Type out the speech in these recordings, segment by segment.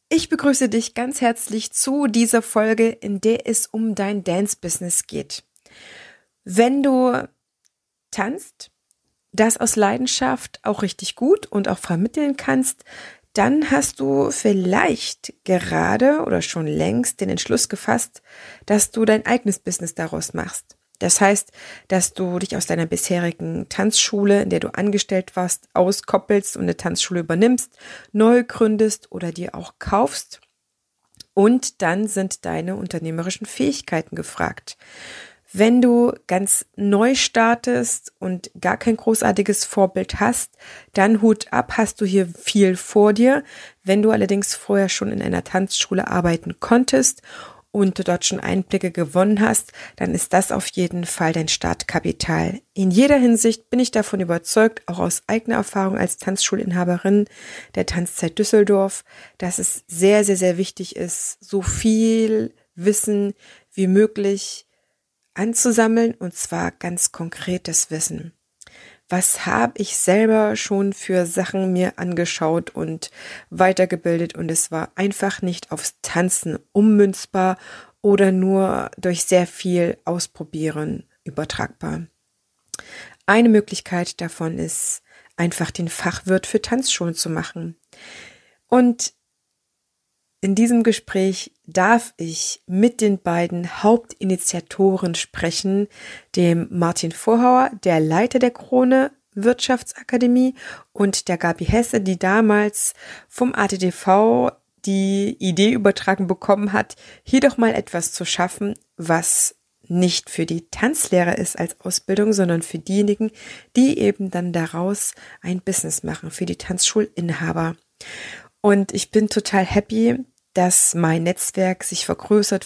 Ich begrüße dich ganz herzlich zu dieser Folge, in der es um dein Dance-Business geht. Wenn du tanzt, das aus Leidenschaft auch richtig gut und auch vermitteln kannst, dann hast du vielleicht gerade oder schon längst den Entschluss gefasst, dass du dein eigenes Business daraus machst. Das heißt, dass du dich aus deiner bisherigen Tanzschule, in der du angestellt warst, auskoppelst und eine Tanzschule übernimmst, neu gründest oder dir auch kaufst. Und dann sind deine unternehmerischen Fähigkeiten gefragt. Wenn du ganz neu startest und gar kein großartiges Vorbild hast, dann Hut ab, hast du hier viel vor dir. Wenn du allerdings vorher schon in einer Tanzschule arbeiten konntest und du dort schon Einblicke gewonnen hast, dann ist das auf jeden Fall dein Startkapital. In jeder Hinsicht bin ich davon überzeugt, auch aus eigener Erfahrung als Tanzschulinhaberin der Tanzzeit Düsseldorf, dass es sehr, sehr, sehr wichtig ist, so viel Wissen wie möglich anzusammeln, und zwar ganz konkretes Wissen. Was habe ich selber schon für Sachen mir angeschaut und weitergebildet, und es war einfach nicht aufs Tanzen ummünzbar oder nur durch sehr viel Ausprobieren übertragbar. Eine Möglichkeit davon ist, einfach den Fachwirt für Tanzschulen zu machen. Und in diesem Gespräch darf ich mit den beiden Hauptinitiatoren sprechen, dem Martin Vorhauer, der Leiter der Krone Wirtschaftsakademie, und der Gabi Hesse, die damals vom ATTV die Idee übertragen bekommen hat, hier doch mal etwas zu schaffen, was nicht für die Tanzlehrer ist als Ausbildung, sondern für diejenigen, die eben dann daraus ein Business machen, für die Tanzschulinhaber. Und ich bin total happy, dass mein Netzwerk sich vergrößert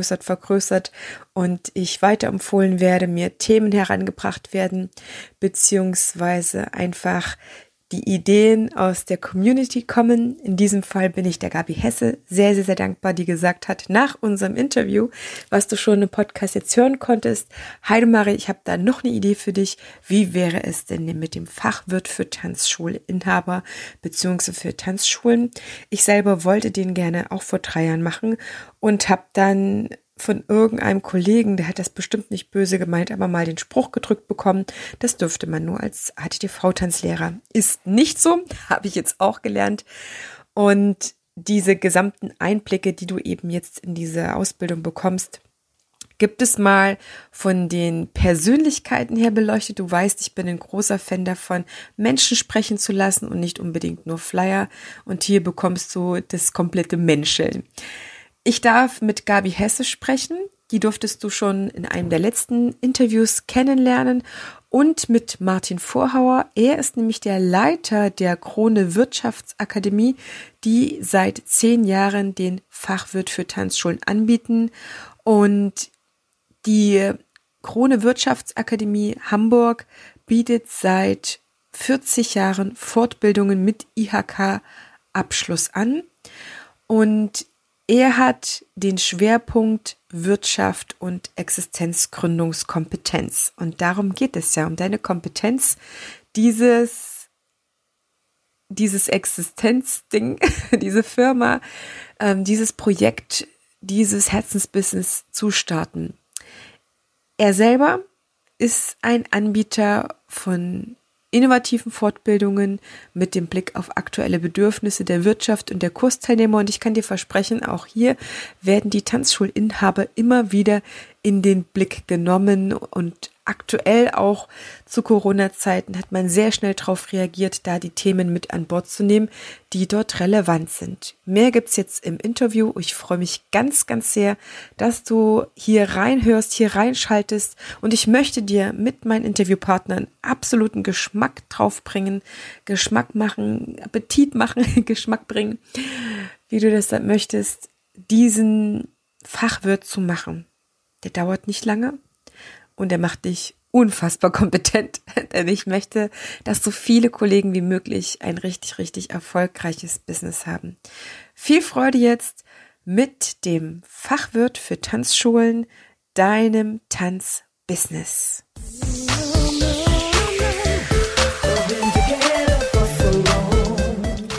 und ich weiterempfohlen werde, mir Themen herangebracht werden, beziehungsweise einfach die Ideen aus der Community kommen. In diesem Fall bin ich der Gabi Hesse sehr, sehr, sehr dankbar, die gesagt hat, nach unserem Interview, was du schon im Podcast jetzt hören konntest: Heidemarie, ich habe da noch eine Idee für dich. Wie wäre es denn mit dem Fachwirt für Tanzschulinhaber beziehungsweise für Tanzschulen? Ich selber wollte den gerne auch vor 3 Jahren machen und habe dann von irgendeinem Kollegen, der hat das bestimmt nicht böse gemeint, aber mal den Spruch gedrückt bekommen, das dürfte man nur als ATTV-Tanzlehrer. Ist nicht so, habe ich jetzt auch gelernt. Und diese gesamten Einblicke, die du eben jetzt in diese Ausbildung bekommst, gibt es mal von den Persönlichkeiten her beleuchtet. Du weißt, ich bin ein großer Fan davon, Menschen sprechen zu lassen und nicht unbedingt nur Flyer. Und hier bekommst du das komplette Menscheln. Ich darf mit Gabi Hesse sprechen, die durftest du schon in einem der letzten Interviews kennenlernen, und mit Martin Vorhauer. Er ist nämlich der Leiter der Krone Wirtschaftsakademie, die seit 10 Jahren den Fachwirt für Tanzschulen anbieten. Und die Krone Wirtschaftsakademie Hamburg bietet seit 40 Jahren Fortbildungen mit IHK-Abschluss an, und er hat den Schwerpunkt Wirtschaft und Existenzgründungskompetenz. Und darum geht es ja, um deine Kompetenz, dieses Existenzding, diese Firma, dieses Projekt, dieses Herzensbusiness zu starten. Er selber ist ein Anbieter von innovativen Fortbildungen mit dem Blick auf aktuelle Bedürfnisse der Wirtschaft und der Kursteilnehmer, und ich kann dir versprechen, auch hier werden die Tanzschulinhaber immer wieder in den Blick genommen, und aktuell auch zu Corona-Zeiten hat man sehr schnell darauf reagiert, da die Themen mit an Bord zu nehmen, die dort relevant sind. Mehr gibt's jetzt im Interview. Ich freue mich ganz, ganz sehr, dass du hier reinhörst, hier reinschaltest, und ich möchte dir mit meinen Interviewpartnern absoluten Geschmack drauf bringen, Geschmack machen, Appetit machen, Geschmack bringen, wie du das möchtest, diesen Fachwirt zu machen. Der dauert nicht lange. Und er macht dich unfassbar kompetent, denn ich möchte, dass so viele Kollegen wie möglich ein richtig, richtig erfolgreiches Business haben. Viel Freude jetzt mit dem Fachwirt für Tanzschulen, deinem Tanzbusiness.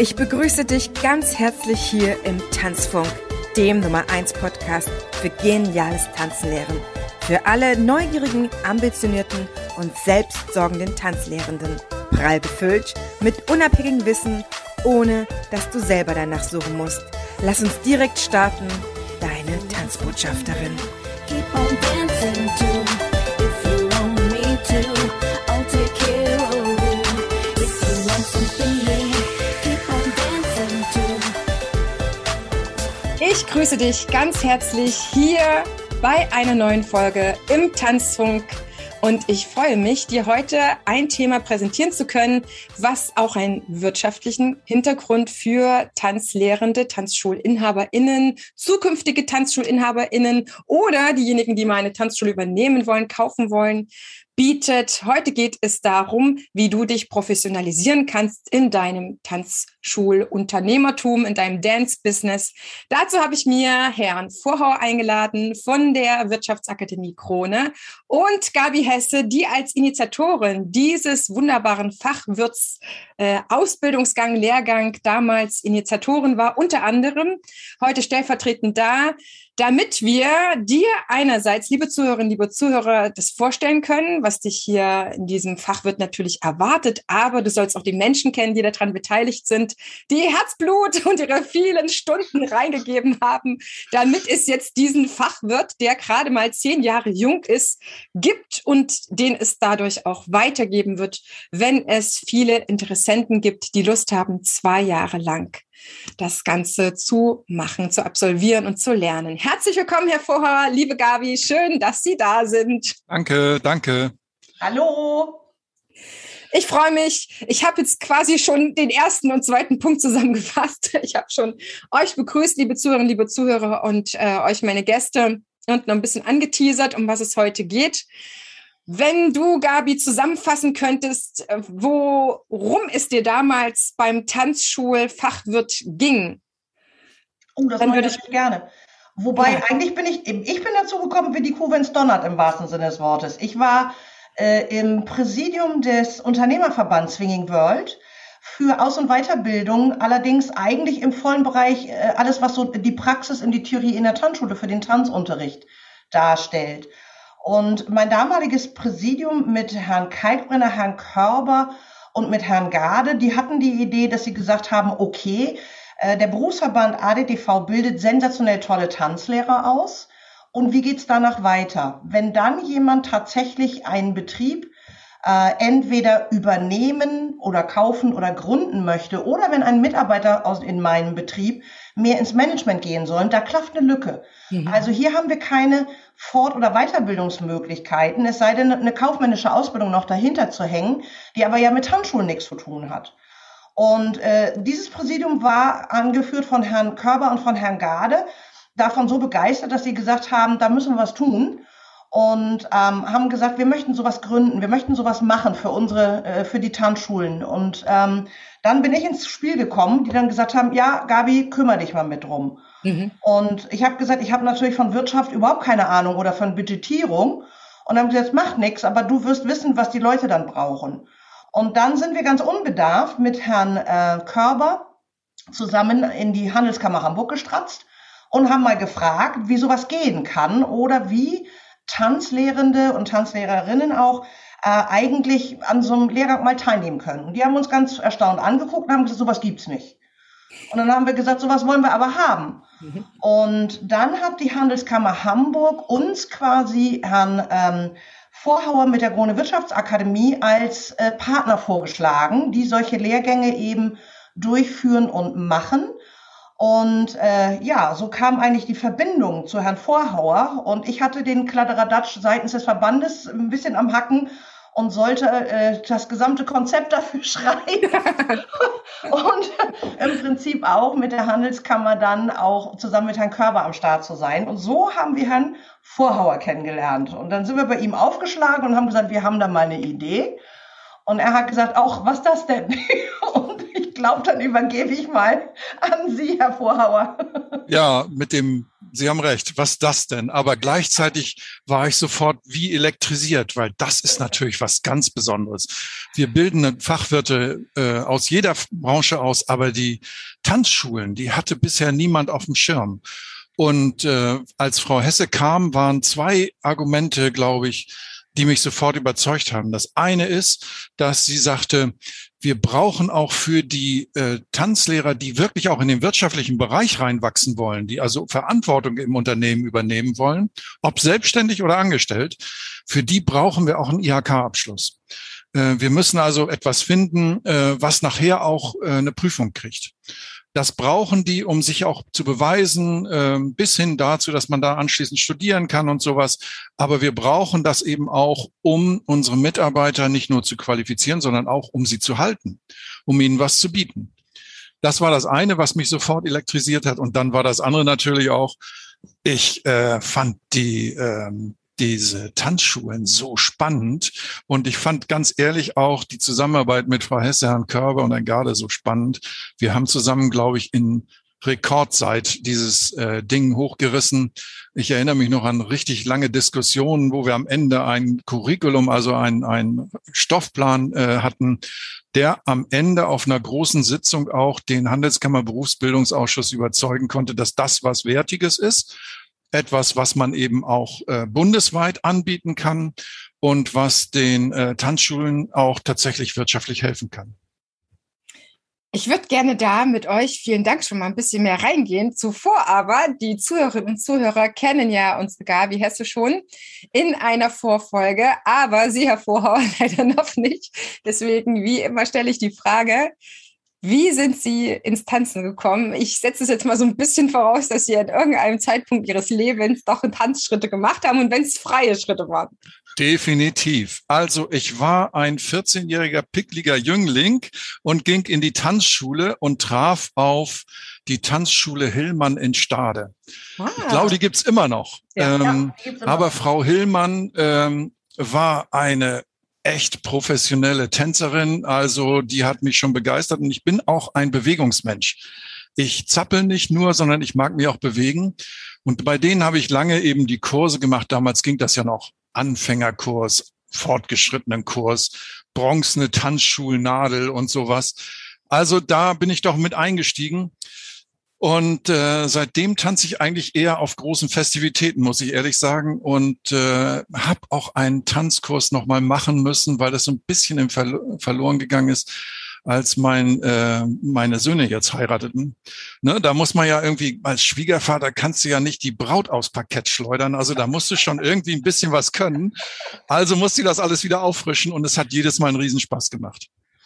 Ich begrüße dich ganz herzlich hier im Tanzfunk, dem Nummer 1 Podcast für geniales Tanzenlehren. Für alle neugierigen, ambitionierten und selbstsorgenden Tanzlehrenden. Prall befüllt mit unabhängigem Wissen, ohne dass du selber danach suchen musst. Lass uns direkt starten. Deine Tanzbotschafterin. Keep on dancing too, if you want me to. I'll take care of you. If you want something new, keep on dancing too. Ich grüße dich ganz herzlich hier bei einer neuen Folge im Tanzfunk. Und ich freue mich, dir heute ein Thema präsentieren zu können, was auch einen wirtschaftlichen Hintergrund für Tanzlehrende, TanzschulinhaberInnen, zukünftige TanzschulinhaberInnen oder diejenigen, die mal eine Tanzschule übernehmen wollen, kaufen wollen, bietet. Heute geht es darum, wie du dich professionalisieren kannst in deinem Tanzschulunternehmertum, in deinem Dance-Business. Dazu habe ich mir Herrn Vorhauer eingeladen von der Wirtschaftsakademie Krone und Gabi Hesse, die als Initiatorin dieses wunderbaren Fachwirts Ausbildungsgang, Lehrgang damals Initiatorin war, unter anderem heute stellvertretend da, damit wir dir einerseits, liebe Zuhörerinnen, liebe Zuhörer, das vorstellen können, was dich hier in diesem Fachwirt natürlich erwartet, aber du sollst auch die Menschen kennen, die daran beteiligt sind, die Herzblut und ihre vielen Stunden reingegeben haben, damit es jetzt diesen Fachwirt, der gerade mal 10 Jahre jung ist, gibt und den es dadurch auch weitergeben wird, wenn es viele Interessenten gibt, die Lust haben, 2 Jahre lang das Ganze zu machen, zu absolvieren und zu lernen. Herzlich willkommen, Herr Vorhauer, liebe Gabi, schön, dass Sie da sind. Danke. Hallo. Ich freue mich. Ich habe jetzt quasi schon den ersten und zweiten Punkt zusammengefasst. Ich habe schon euch begrüßt, liebe Zuhörerinnen, liebe Zuhörer und euch meine Gäste und noch ein bisschen angeteasert, um was es heute geht. Wenn du, Gabi, zusammenfassen könntest, worum es dir damals beim Tanzschulfachwirt ging. Oh, das mache ich gerne. Wobei, ja. Eigentlich bin ich dazu gekommen, wie die Kuh, wenn's donnert, im wahrsten Sinne des Wortes. Ich war im Präsidium des Unternehmerverbands Swinging World für Aus- und Weiterbildung, allerdings eigentlich im vollen Bereich alles, was so die Praxis in die Theorie in der Tanzschule für den Tanzunterricht darstellt. Und mein damaliges Präsidium mit Herrn Kalkbrenner, Herrn Körber und mit Herrn Gade, die hatten die Idee, dass sie gesagt haben, okay, der Berufsverband ADTV bildet sensationell tolle Tanzlehrer aus. Und wie geht's danach weiter? Wenn dann jemand tatsächlich einen Betrieb entweder übernehmen oder kaufen oder gründen möchte oder wenn ein Mitarbeiter in meinem Betrieb mehr ins Management gehen soll, da klafft eine Lücke. Mhm. Also hier haben wir keine Fort- oder Weiterbildungsmöglichkeiten, es sei denn, eine kaufmännische Ausbildung noch dahinter zu hängen, die aber ja mit Tanzschulen nichts zu tun hat. Und dieses Präsidium war angeführt von Herrn Körber und von Herrn Gade, davon so begeistert, dass sie gesagt haben, da müssen wir was tun. Und haben gesagt, wir möchten sowas gründen, wir möchten sowas machen für die Tanzschulen. Und dann bin ich ins Spiel gekommen, die dann gesagt haben, ja, Gabi, kümmere dich mal mit drum. Mhm. Und ich habe gesagt, ich habe natürlich von Wirtschaft überhaupt keine Ahnung oder von Budgetierung. Und dann haben gesagt, macht nichts, aber du wirst wissen, was die Leute dann brauchen. Und dann sind wir ganz unbedarft mit Herrn Körber zusammen in die Handelskammer Hamburg gestratzt und haben mal gefragt, wie sowas gehen kann oder wie Tanzlehrende und Tanzlehrerinnen auch eigentlich an so einem Lehrgang mal teilnehmen können. Und die haben uns ganz erstaunt angeguckt und haben gesagt, sowas gibt's nicht. Und dann haben wir gesagt, sowas wollen wir aber haben. Mhm. Und dann hat die Handelskammer Hamburg uns quasi Herrn Vorhauer mit der Krone Wirtschaftsakademie als Partner vorgeschlagen, die solche Lehrgänge eben durchführen und machen. Und so kam eigentlich die Verbindung zu Herrn Vorhauer und ich hatte den Kladderadatsch seitens des Verbandes ein bisschen am Hacken und sollte das gesamte Konzept dafür schreiben und im Prinzip auch mit der Handelskammer dann auch zusammen mit Herrn Körber am Start zu sein. Und so haben wir Herrn Vorhauer kennengelernt. Und dann sind wir bei ihm aufgeschlagen und haben gesagt, wir haben da mal eine Idee. Und er hat gesagt, auch, was das denn? Und ich glaube, dann übergebe ich mal an Sie, Herr Vorhauer. Ja, mit dem Sie haben recht. Was ist das denn? Aber gleichzeitig war ich sofort wie elektrisiert, weil das ist natürlich was ganz Besonderes. Wir bilden Fachwirte aus jeder Branche aus, aber die Tanzschulen, die hatte bisher niemand auf dem Schirm. Und als Frau Hesse kam, waren 2 Argumente, glaube ich, die mich sofort überzeugt haben. Das eine ist, dass sie sagte, wir brauchen auch für die Tanzlehrer, die wirklich auch in den wirtschaftlichen Bereich reinwachsen wollen, die also Verantwortung im Unternehmen übernehmen wollen, ob selbstständig oder angestellt, für die brauchen wir auch einen IHK-Abschluss. Wir müssen also etwas finden, was nachher auch eine Prüfung kriegt. Das brauchen die, um sich auch zu beweisen, bis hin dazu, dass man da anschließend studieren kann und sowas. Aber wir brauchen das eben auch, um unsere Mitarbeiter nicht nur zu qualifizieren, sondern auch, um sie zu halten, um ihnen was zu bieten. Das war das eine, was mich sofort elektrisiert hat. Und dann war das andere natürlich auch, ich fand diese Tanzschulen so spannend. Und ich fand ganz ehrlich auch die Zusammenarbeit mit Frau Hesse, Herrn Körber und Herrn Garde so spannend. Wir haben zusammen, glaube ich, in Rekordzeit dieses Ding hochgerissen. Ich erinnere mich noch an richtig lange Diskussionen, wo wir am Ende ein Curriculum, also ein Stoffplan hatten, der am Ende auf einer großen Sitzung auch den Handelskammer Berufsbildungsausschuss überzeugen konnte, dass das was Wertiges ist. Etwas, was man eben auch bundesweit anbieten kann und was den Tanzschulen auch tatsächlich wirtschaftlich helfen kann. Ich würde gerne da mit euch, vielen Dank, schon mal ein bisschen mehr reingehen. Zuvor aber, die Zuhörerinnen und Zuhörer kennen ja unsere Gabi Hesse schon in einer Vorfolge, aber sie, Herr Vorhauer, leider noch nicht. Deswegen, wie immer, stelle ich die Frage, wie sind Sie ins Tanzen gekommen? Ich setze es jetzt mal so ein bisschen voraus, dass Sie an irgendeinem Zeitpunkt Ihres Lebens doch Tanzschritte gemacht haben und wenn es freie Schritte waren. Definitiv. Also ich war ein 14-jähriger, pickliger Jüngling und ging in die Tanzschule und traf auf die Tanzschule Hillmann in Stade. Ich glaube, die gibt's immer noch. Ja, die gibt's immer aber noch. Frau Hillmann war eine echt professionelle Tänzerin, also die hat mich schon begeistert und ich bin auch ein Bewegungsmensch. Ich zappel nicht nur, sondern ich mag mich auch bewegen und bei denen habe ich lange eben die Kurse gemacht. Damals ging das ja noch Anfängerkurs, fortgeschrittenen Kurs, bronzene Tanzschulnadel und sowas. Also da bin ich doch mit eingestiegen. Und seitdem tanze ich eigentlich eher auf großen Festivitäten, muss ich ehrlich sagen. Und habe auch einen Tanzkurs nochmal machen müssen, weil das so ein bisschen verloren gegangen ist, als meine Söhne jetzt heirateten. Ne, da muss man ja irgendwie, als Schwiegervater kannst du ja nicht die Braut aufs Parkett schleudern. Also da musst du schon irgendwie ein bisschen was können. Also musste ich das alles wieder auffrischen und es hat jedes Mal einen Riesenspaß gemacht.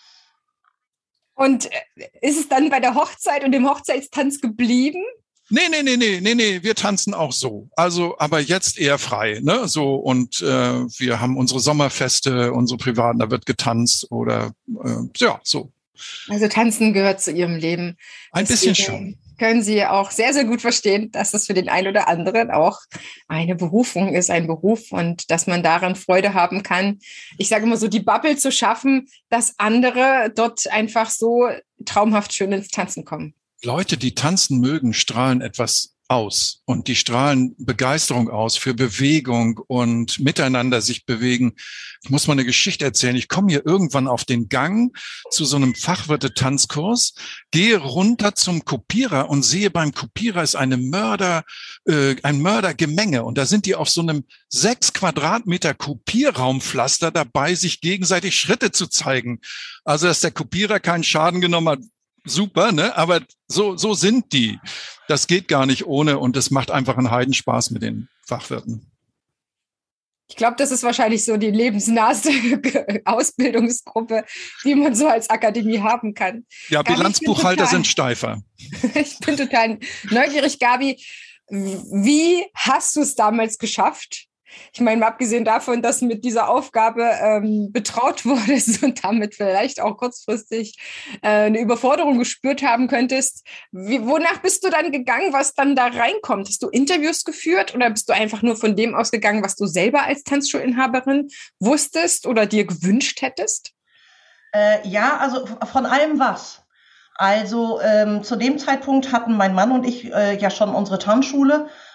Und ist es dann bei der Hochzeit und dem Hochzeitstanz geblieben? Nee, wir tanzen auch so. Also, aber jetzt eher frei, ne? So, und wir haben unsere Sommerfeste, unsere privaten, da wird getanzt oder ja, so. Also Tanzen gehört zu Ihrem Leben. Ein bisschen schon. Können Sie auch sehr, sehr gut verstehen, dass das für den einen oder anderen auch eine Berufung ist, ein Beruf und dass man daran Freude haben kann. Ich sage immer so, die Bubble zu schaffen, dass andere dort einfach so traumhaft schön ins Tanzen kommen. Leute, die tanzen mögen, strahlen etwas aus und die strahlen Begeisterung aus für Bewegung und miteinander sich bewegen. Ich muss mal eine Geschichte erzählen. Ich komme hier irgendwann auf den Gang zu so einem Fachwirte-Tanzkurs, gehe runter zum Kopierer und sehe beim Kopierer ist ein Mördergemenge und da sind die auf so einem 6 Quadratmeter Kopierraumpflaster dabei, sich gegenseitig Schritte zu zeigen. Also, dass der Kopierer keinen Schaden genommen hat, super, ne? Aber so sind die. Das geht gar nicht ohne und es macht einfach einen Heidenspaß mit den Fachwirten. Ich glaube, das ist wahrscheinlich so die lebensnaheste Ausbildungsgruppe, die man so als Akademie haben kann. Ja, Gabi, Bilanzbuchhalter sind steifer. Ich bin total neugierig, Gabi. Wie hast du es damals geschafft? Ich meine, mal abgesehen davon, dass mit dieser Aufgabe betraut wurdest und damit vielleicht auch kurzfristig eine Überforderung gespürt haben könntest. Wonach bist du dann gegangen, was dann da reinkommt? Hast du Interviews geführt oder bist du einfach nur von dem ausgegangen, was du selber als Tanzschulinhaberin wusstest oder dir gewünscht hättest? Ja, also von allem was. Also zu dem Zeitpunkt hatten mein Mann und ich ja schon unsere Tanzschule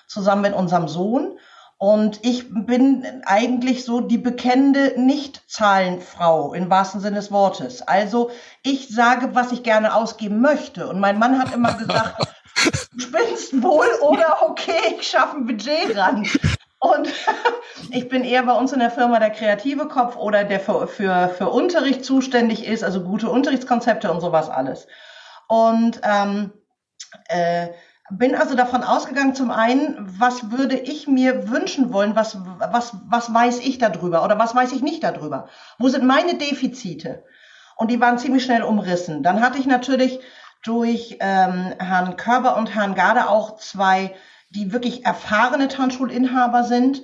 zusammen mit unserem Sohn. Und ich bin eigentlich so die bekennende Nicht-Zahlenfrau im wahrsten Sinne des Wortes. Also ich sage, was ich gerne ausgeben möchte. Und mein Mann hat immer gesagt, du spinnst wohl oder okay, ich schaffe ein Budget ran. Und ich bin eher bei uns in der Firma der kreative Kopf oder der für Unterricht zuständig ist, also gute Unterrichtskonzepte und sowas alles. Und bin also davon ausgegangen, zum einen, was würde ich mir wünschen wollen, was weiß ich darüber oder was weiß ich nicht darüber? Wo sind meine Defizite? Und die waren ziemlich schnell umrissen. Dann hatte ich natürlich durch Herrn Körber und Herrn Garde auch zwei, die wirklich erfahrene Tanzschulinhaber sind.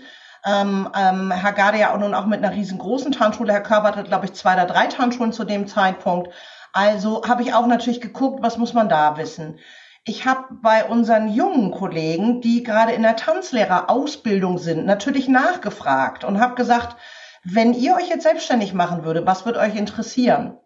Herr Garde ja nun auch mit einer riesengroßen Tanzschule. Herr Körber hatte, glaube ich, 2 oder 3 Tanzschulen zu dem Zeitpunkt. Also habe ich auch natürlich geguckt, was muss man da wissen. Ich habe bei unseren jungen Kollegen, die gerade in der Tanzlehrerausbildung sind, natürlich nachgefragt und habe gesagt, wenn ihr euch jetzt selbstständig machen würde, was würde euch interessieren?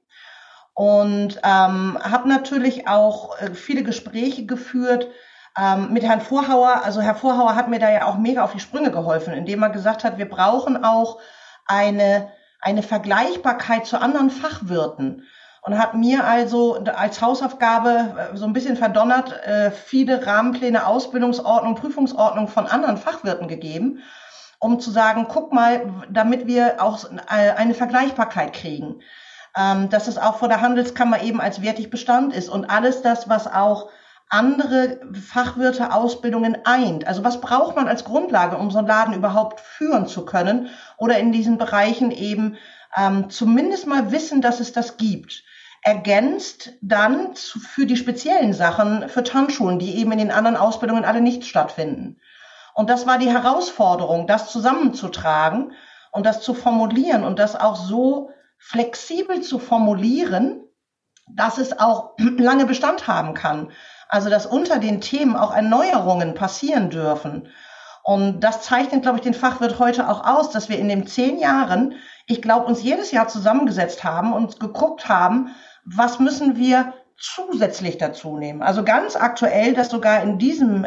Und habe natürlich auch viele Gespräche geführt mit Herrn Vorhauer. Also Herr Vorhauer hat mir da ja auch mega auf die Sprünge geholfen, indem er gesagt hat, wir brauchen auch eine Vergleichbarkeit zu anderen Fachwirten. Und hat mir also als Hausaufgabe so ein bisschen verdonnert viele Rahmenpläne, Ausbildungsordnung, Prüfungsordnung von anderen Fachwirten gegeben, um zu sagen, guck mal, damit wir auch eine Vergleichbarkeit kriegen, dass es auch vor der Handelskammer eben als wertig Bestand ist und alles das, was auch andere Fachwirte Ausbildungen eint. Also was braucht man als Grundlage, um so einen Laden überhaupt führen zu können oder in diesen Bereichen eben zumindest mal wissen, dass es das gibt. Ergänzt dann für die speziellen Sachen für Tanzschulen, die eben in den anderen Ausbildungen alle nicht stattfinden. Und das war die Herausforderung, das zusammenzutragen und das zu formulieren und das auch so flexibel zu formulieren, dass es auch lange Bestand haben kann. Also dass unter den Themen auch Erneuerungen passieren dürfen. Und das zeichnet, glaube ich, den Fachwirt heute auch aus, dass wir in den 10 Jahren, ich glaube, uns jedes Jahr zusammengesetzt haben und geguckt haben, was müssen wir zusätzlich dazu nehmen. Also ganz aktuell, dass sogar in diesem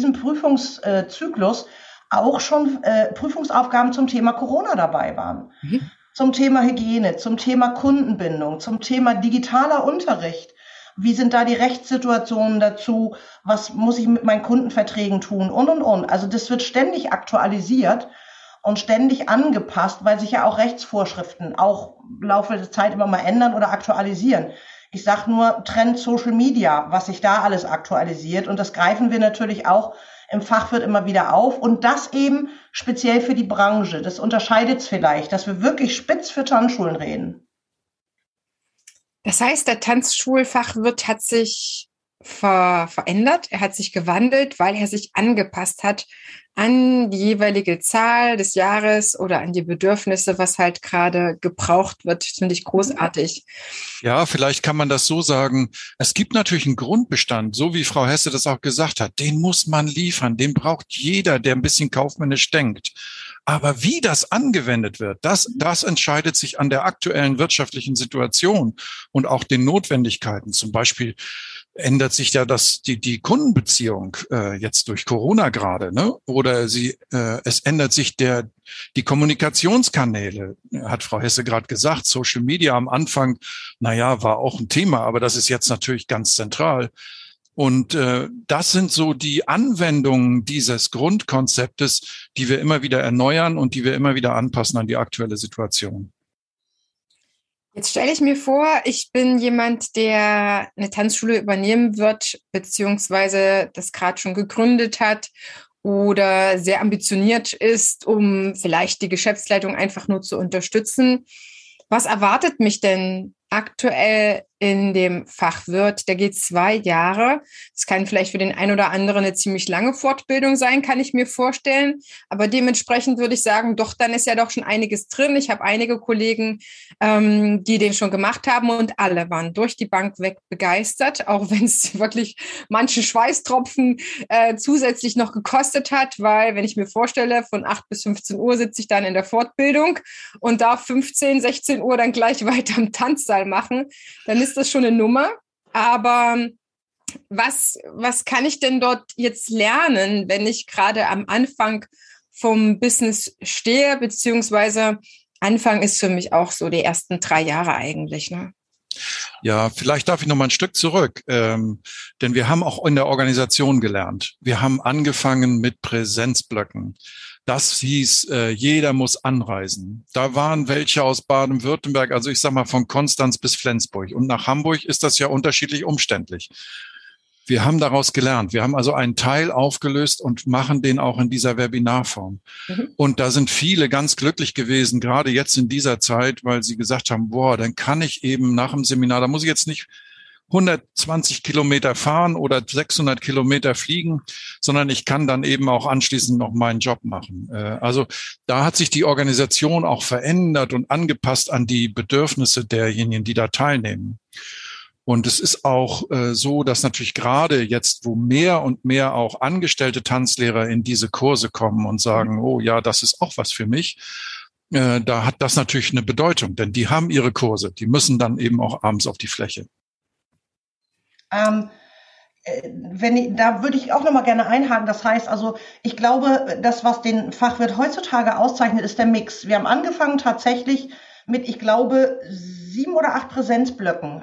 Prüfungszyklus auch schon Prüfungsaufgaben zum Thema Corona dabei waren. Mhm. Zum Thema Hygiene, zum Thema Kundenbindung, zum Thema digitaler Unterricht. Wie sind da die Rechtssituationen dazu? Was muss ich mit meinen Kundenverträgen tun? Und. Also das wird ständig aktualisiert und ständig angepasst, weil sich ja auch Rechtsvorschriften auch im Laufe der Zeit immer mal ändern oder aktualisieren. Ich sage nur Trend Social Media, was sich da alles aktualisiert. Und das greifen wir natürlich auch im Fachwirt immer wieder auf. Und das eben speziell für die Branche. Das unterscheidet es vielleicht, dass wir wirklich spitz für Tanzschulen reden. Das heißt, der Tanzschulfachwirt hat sich verändert, er hat sich gewandelt, weil er sich angepasst hat an die jeweilige Zahl des Jahres oder an die Bedürfnisse, was halt gerade gebraucht wird. Das finde ich großartig. Ja, vielleicht kann man das so sagen. Es gibt natürlich einen Grundbestand, so wie Frau Hesse das auch gesagt hat. Den muss man liefern. Den braucht jeder, der ein bisschen kaufmännisch denkt. Aber wie das angewendet wird, das entscheidet sich an der aktuellen wirtschaftlichen Situation und auch den Notwendigkeiten. Zum Beispiel ändert sich ja die Kundenbeziehung jetzt durch Corona gerade, ne? Oder es ändert sich die Kommunikationskanäle, hat Frau Hesse gerade gesagt. Social Media am Anfang, war auch ein Thema, aber das ist jetzt natürlich ganz zentral. Und das sind so die Anwendungen dieses Grundkonzeptes, die wir immer wieder erneuern und die wir immer wieder anpassen an die aktuelle Situation. Jetzt stelle ich mir vor, ich bin jemand, der eine Tanzschule übernehmen wird, beziehungsweise das gerade schon gegründet hat oder sehr ambitioniert ist, um vielleicht die Geschäftsleitung einfach nur zu unterstützen. Was erwartet mich denn aktuell in dem Fachwirt? Der geht 2 Jahre. Das kann vielleicht für den einen oder anderen eine ziemlich lange Fortbildung sein, kann ich mir vorstellen. Aber dementsprechend würde ich sagen, doch, dann ist ja doch schon einiges drin. Ich habe einige Kollegen, die den schon gemacht haben und alle waren durch die Bank weg begeistert, auch wenn es wirklich manche Schweißtropfen zusätzlich noch gekostet hat, weil, wenn ich mir vorstelle, von 8 bis 15 Uhr sitze ich dann in der Fortbildung und darf 15, 16 Uhr dann gleich weiter im Tanzsaal machen, dann ist das schon eine Nummer. Aber was kann ich denn dort jetzt lernen, wenn ich gerade am Anfang vom Business stehe, beziehungsweise Anfang ist für mich auch so die ersten 3 Jahre eigentlich, ne? Ja, vielleicht darf ich noch mal ein Stück zurück, denn wir haben auch in der Organisation gelernt. Wir haben angefangen mit Präsenzblöcken. Das hieß, jeder muss anreisen. Da waren welche aus Baden-Württemberg, also ich sag mal von Konstanz bis Flensburg. Und nach Hamburg ist das ja unterschiedlich umständlich. Wir haben daraus gelernt. Wir haben also einen Teil aufgelöst und machen den auch in dieser Webinarform. Mhm. Und da sind viele ganz glücklich gewesen, gerade jetzt in dieser Zeit, weil sie gesagt haben, boah, dann kann ich eben nach dem Seminar, da muss ich jetzt nicht 120 Kilometer fahren oder 600 Kilometer fliegen, sondern ich kann dann eben auch anschließend noch meinen Job machen. Also da hat sich die Organisation auch verändert und angepasst an die Bedürfnisse derjenigen, die da teilnehmen. Und es ist auch so, dass natürlich gerade jetzt, wo mehr und mehr auch angestellte Tanzlehrer in diese Kurse kommen und sagen, oh ja, das ist auch was für mich, da hat das natürlich eine Bedeutung, denn die haben ihre Kurse, die müssen dann eben auch abends auf die Fläche. Da würde ich auch noch mal gerne einhaken. Das heißt also, ich glaube, das, was den Fachwirt heutzutage auszeichnet, ist der Mix. Wir haben angefangen tatsächlich mit, ich glaube, 7 oder 8 Präsenzblöcken.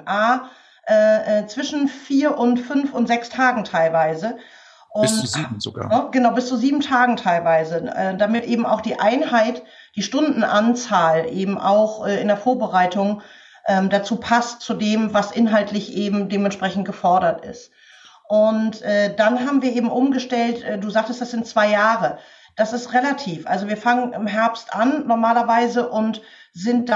Zwischen 4 und 5 und 6 Tagen teilweise. Und, bis zu 7 sogar. Genau, bis zu 7 Tagen teilweise. Damit eben auch die Einheit, die Stundenanzahl eben auch in der Vorbereitung dazu passt zu dem, was inhaltlich eben dementsprechend gefordert ist. Und dann haben wir eben umgestellt, du sagtest, das sind 2 Jahre. Das ist relativ. Also wir fangen im Herbst an normalerweise und sind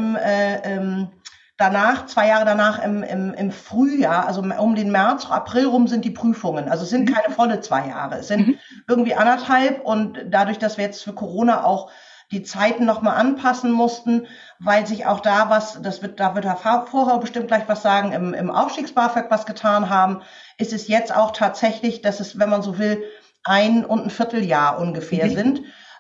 dann danach, 2 Jahre danach im Frühjahr, also um den März, April rum sind die Prüfungen. Also es sind keine volle 2 Jahre. Es sind irgendwie 1,5 und dadurch, dass wir jetzt für Corona auch die Zeiten nochmal anpassen mussten, weil sich auch da da wird Herr Vorher bestimmt gleich was sagen, im Aufstiegs-BAföG was getan haben, ist es jetzt auch tatsächlich, dass es, wenn man so will, 1 und ein Vierteljahr ungefähr sind,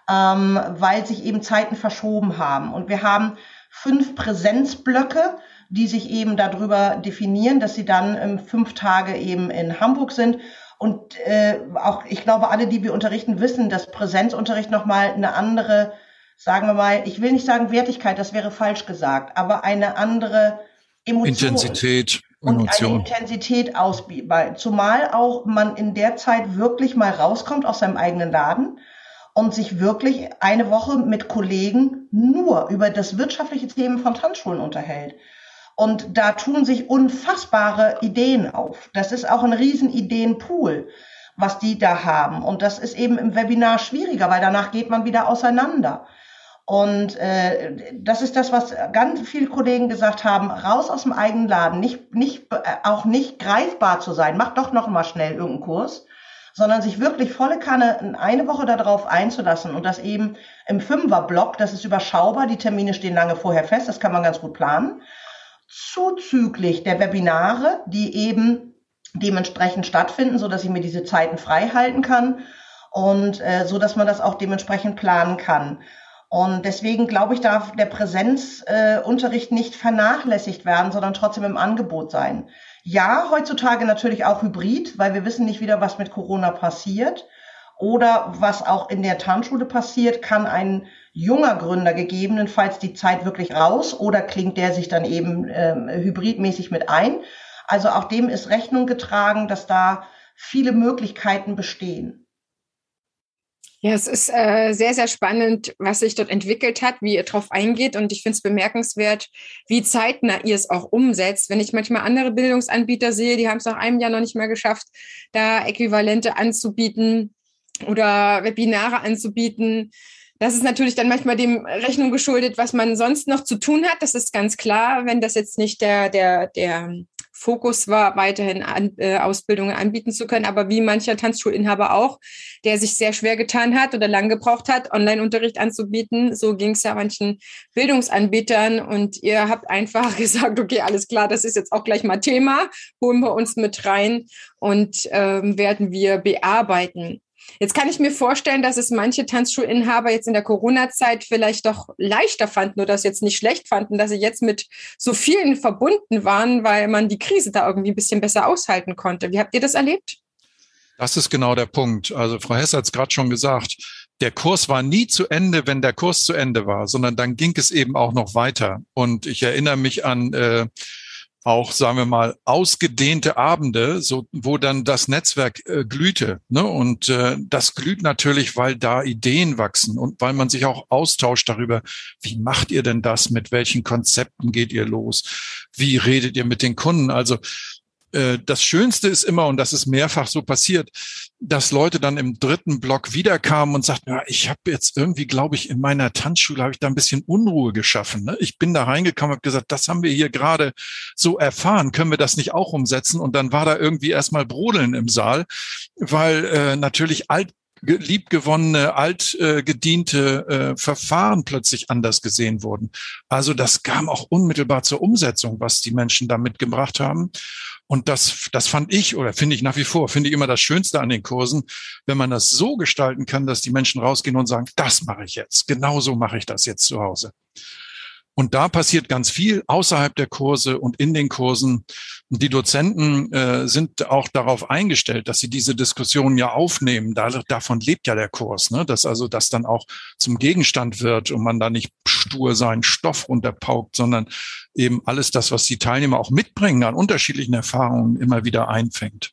weil sich eben Zeiten verschoben haben. Und wir haben 5 Präsenzblöcke, die sich eben darüber definieren, dass sie dann 5 Tage eben in Hamburg sind. Und auch, ich glaube, alle, die wir unterrichten, wissen, dass Präsenzunterricht nochmal eine andere, sagen wir mal, ich will nicht sagen Wertigkeit, das wäre falsch gesagt, aber eine andere Emotion. Intensität. Und eine Intensität ausbietet. Zumal auch man in der Zeit wirklich mal rauskommt aus seinem eigenen Laden und sich wirklich eine Woche mit Kollegen nur über das wirtschaftliche Thema von Tanzschulen unterhält. Und da tun sich unfassbare Ideen auf. Das ist auch ein riesen Ideenpool, was die da haben. Und das ist eben im Webinar schwieriger, weil danach geht man wieder auseinander. Und das ist das, was ganz viele Kollegen gesagt haben, raus aus dem eigenen Laden, auch nicht greifbar zu sein, mach doch noch mal schnell irgendeinen Kurs, sondern sich wirklich volle Kanne eine Woche darauf einzulassen und das eben im 5er-Block, das ist überschaubar, die Termine stehen lange vorher fest, das kann man ganz gut planen, zuzüglich der Webinare, die eben dementsprechend stattfinden, so dass ich mir diese Zeiten frei halten kann und so dass man das auch dementsprechend planen kann. Und deswegen glaube ich, darf der Präsenzunterricht nicht vernachlässigt werden, sondern trotzdem im Angebot sein. Ja, heutzutage natürlich auch hybrid, weil wir wissen nicht wieder, was mit Corona passiert oder was auch in der Tanzschule passiert. Kann ein junger Gründer gegebenenfalls die Zeit wirklich raus oder klingt der sich dann eben hybridmäßig mit ein? Also auch dem ist Rechnung getragen, dass da viele Möglichkeiten bestehen. Ja, es ist sehr, sehr spannend, was sich dort entwickelt hat, wie ihr drauf eingeht. Und ich finde es bemerkenswert, wie zeitnah ihr es auch umsetzt. Wenn ich manchmal andere Bildungsanbieter sehe, die haben es nach einem Jahr noch nicht mehr geschafft, da Äquivalente anzubieten oder Webinare anzubieten. Das ist natürlich dann manchmal dem Rechnung geschuldet, was man sonst noch zu tun hat. Das ist ganz klar, wenn das jetzt nicht der Fokus war, weiterhin Ausbildungen anbieten zu können. Aber wie mancher Tanzschulinhaber auch, der sich sehr schwer getan hat oder lang gebraucht hat, Online-Unterricht anzubieten, so ging es ja manchen Bildungsanbietern. Und ihr habt einfach gesagt, okay, alles klar, das ist jetzt auch gleich mal Thema, holen wir uns mit rein und werden wir bearbeiten. Jetzt kann ich mir vorstellen, dass es manche Tanzschulinhaber jetzt in der Corona-Zeit vielleicht doch leichter fanden oder das jetzt nicht schlecht fanden, dass sie jetzt mit so vielen verbunden waren, weil man die Krise da irgendwie ein bisschen besser aushalten konnte. Wie habt ihr das erlebt? Das ist genau der Punkt. Also Frau Hess hat es gerade schon gesagt. Der Kurs war nie zu Ende, wenn der Kurs zu Ende war, sondern dann ging es eben auch noch weiter. Und ich erinnere mich an auch, sagen wir mal, ausgedehnte Abende, so wo dann das Netzwerk glühte. Ne? Und das glüht natürlich, weil da Ideen wachsen und weil man sich auch austauscht darüber, wie macht ihr denn das, mit welchen Konzepten geht ihr los, wie redet ihr mit den Kunden. Also das Schönste ist immer, und das ist mehrfach so passiert, dass Leute dann im dritten Block wiederkamen und sagten, ja, ich habe jetzt irgendwie, glaube ich, in meiner Tanzschule habe ich da ein bisschen Unruhe geschaffen. Ne? Ich bin da reingekommen und habe gesagt, das haben wir hier gerade so erfahren, können wir das nicht auch umsetzen? Und dann war da irgendwie erstmal Brodeln im Saal, weil natürlich liebgewonnene, altgediente Verfahren plötzlich anders gesehen wurden. Also das kam auch unmittelbar zur Umsetzung, was die Menschen da mitgebracht haben. Und das fand ich oder finde ich nach wie vor, finde ich immer das Schönste an den Kursen, wenn man das so gestalten kann, dass die Menschen rausgehen und sagen, das mache ich jetzt, genauso mache ich das jetzt zu Hause. Und da passiert ganz viel außerhalb der Kurse und in den Kursen. Und die Dozenten sind auch darauf eingestellt, dass sie diese Diskussionen ja aufnehmen. Davon lebt ja der Kurs, ne? Dass also das dann auch zum Gegenstand wird und man da nicht stur seinen Stoff runterpaukt, sondern eben alles das, was die Teilnehmer auch mitbringen an unterschiedlichen Erfahrungen, immer wieder einfängt.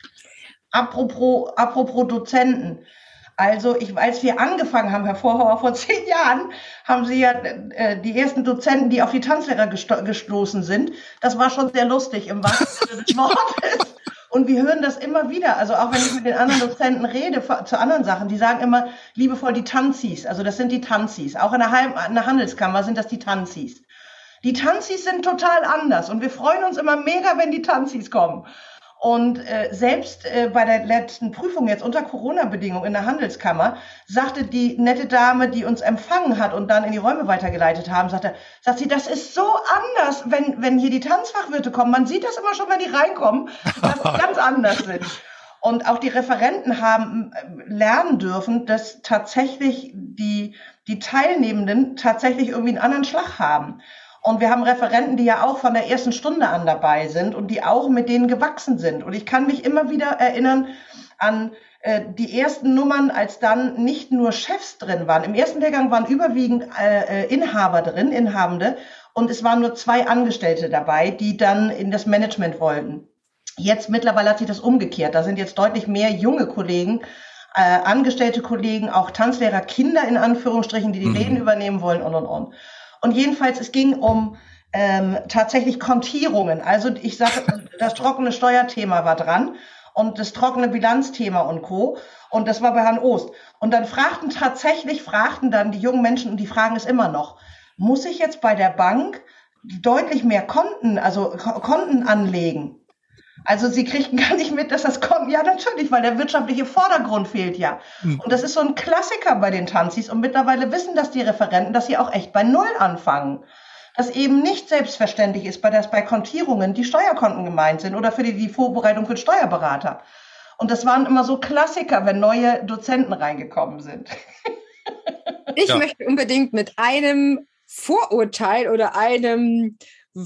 Apropos Dozenten. Also als wir angefangen haben, Herr Vorhauer, vor 10 Jahren, haben Sie ja die ersten Dozenten, die auf die Tanzlehrer gestoßen sind. Das war schon sehr lustig im wahrsten Sinne des Wortes. Und wir hören das immer wieder. Also auch wenn ich mit den anderen Dozenten rede zu anderen Sachen, die sagen immer liebevoll die Tanzis. Also das sind die Tanzis. Auch in der Handelskammer sind das die Tanzis. Die Tanzis sind total anders und wir freuen uns immer mega, wenn die Tanzis kommen. Und selbst bei der letzten Prüfung jetzt unter Corona-Bedingungen in der Handelskammer sagte die nette Dame, die uns empfangen hat und dann in die Räume weitergeleitet haben, sagt sie, das ist so anders, wenn hier die Tanzfachwirte kommen. Man sieht das immer schon, wenn die reinkommen, dass die ganz anders sind. Und auch die Referenten haben lernen dürfen, dass tatsächlich die Teilnehmenden tatsächlich irgendwie einen anderen Schlag haben. Und wir haben Referenten, die ja auch von der ersten Stunde an dabei sind und die auch mit denen gewachsen sind. Und ich kann mich immer wieder erinnern an die ersten Nummern, als dann nicht nur Chefs drin waren. Im ersten Lehrgang waren überwiegend Inhabende. Und es waren nur 2 Angestellte dabei, die dann in das Management wollten. Jetzt mittlerweile hat sich das umgekehrt. Da sind jetzt deutlich mehr junge Kollegen, angestellte Kollegen, auch Tanzlehrer, Kinder in Anführungsstrichen, die Läden übernehmen wollen und. Und jedenfalls, es ging um tatsächlich Kontierungen. Also ich sage, das trockene Steuerthema war dran und das trockene Bilanzthema und Co. Und das war bei Herrn Ost. Und dann fragten dann die jungen Menschen, und die fragen es immer noch, muss ich jetzt bei der Bank deutlich mehr Konten anlegen? Also sie kriegten gar nicht mit, dass das kommt. Ja, natürlich, weil der wirtschaftliche Vordergrund fehlt ja. Und das ist so ein Klassiker bei den Tanzis. Und mittlerweile wissen das die Referenten, dass sie auch echt bei Null anfangen. Dass eben nicht selbstverständlich ist, dass bei Kontierungen die Steuerkonten gemeint sind oder für die Vorbereitung für den Steuerberater. Und das waren immer so Klassiker, wenn neue Dozenten reingekommen sind. Ich möchte unbedingt mit einem Vorurteil oder einem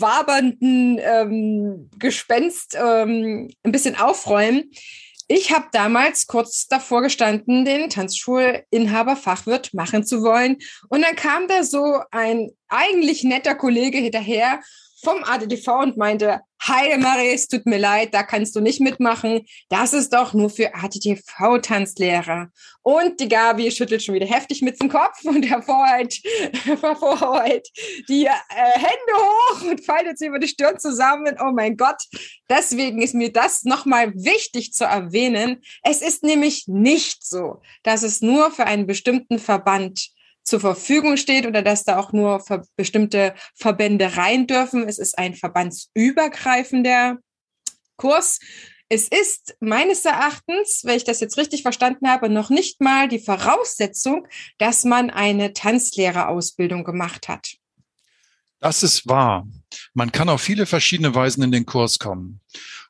wabernden Gespenst ein bisschen aufräumen. Ich habe damals kurz davor gestanden, den Tanzschulinhaber Fachwirt machen zu wollen. Und dann kam da so ein eigentlich netter Kollege hinterher vom ADTV und meinte, Heidemarie, es tut mir leid, da kannst du nicht mitmachen. Das ist doch nur für ADTV-Tanzlehrer. Und die Gabi schüttelt schon wieder heftig mit dem Kopf und der Vorhalt die Hände hoch und faltet sie über die Stirn zusammen. Oh mein Gott, deswegen ist mir das nochmal wichtig zu erwähnen. Es ist nämlich nicht so, dass es nur für einen bestimmten Verband zur Verfügung steht oder dass da auch nur für bestimmte Verbände rein dürfen. Es ist ein verbandsübergreifender Kurs. Es ist meines Erachtens, wenn ich das jetzt richtig verstanden habe, noch nicht mal die Voraussetzung, dass man eine Tanzlehrerausbildung gemacht hat. Das ist wahr. Man kann auf viele verschiedene Weisen in den Kurs kommen.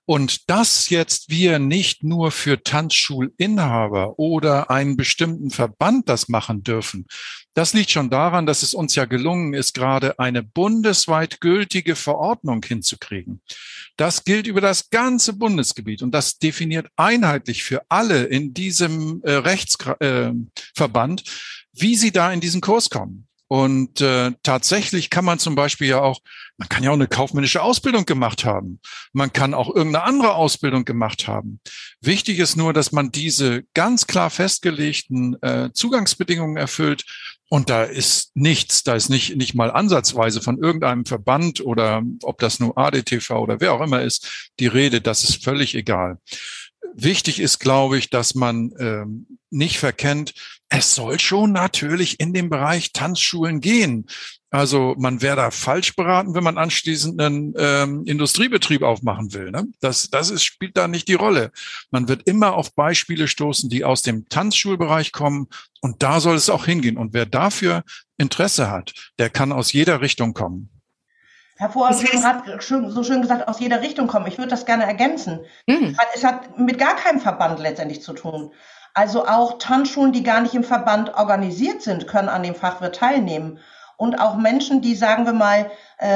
Und dass jetzt wir nicht nur für Tanzschulinhaber oder einen bestimmten Verband das machen dürfen, das liegt schon daran, dass es uns ja gelungen ist, gerade eine bundesweit gültige Verordnung hinzukriegen. Das gilt über das ganze Bundesgebiet und das definiert einheitlich für alle in diesem Rechtsverband, wie sie da in diesen Kurs kommen. Und tatsächlich kann man zum Beispiel man kann ja auch eine kaufmännische Ausbildung gemacht haben. Man kann auch irgendeine andere Ausbildung gemacht haben. Wichtig ist nur, dass man diese ganz klar festgelegten Zugangsbedingungen erfüllt. Und da ist nichts, da ist nicht mal ansatzweise von irgendeinem Verband oder ob das nur ADTV oder wer auch immer ist, die Rede, das ist völlig egal. Wichtig ist, glaube ich, dass man nicht verkennt, es soll schon natürlich in den Bereich Tanzschulen gehen. Also man wäre da falsch beraten, wenn man anschließend einen Industriebetrieb aufmachen will. Ne? Das spielt da nicht die Rolle. Man wird immer auf Beispiele stoßen, die aus dem Tanzschulbereich kommen. Und da soll es auch hingehen. Und wer dafür Interesse hat, der kann aus jeder Richtung kommen. Herr Vohr, Sie haben gerade so schön gesagt, aus jeder Richtung kommen. Ich würde das gerne ergänzen. Es hat mit gar keinem Verband letztendlich zu tun. Also auch Tanzschulen, die gar nicht im Verband organisiert sind, können an dem Fachwirt teilnehmen. Und auch Menschen, die, sagen wir mal,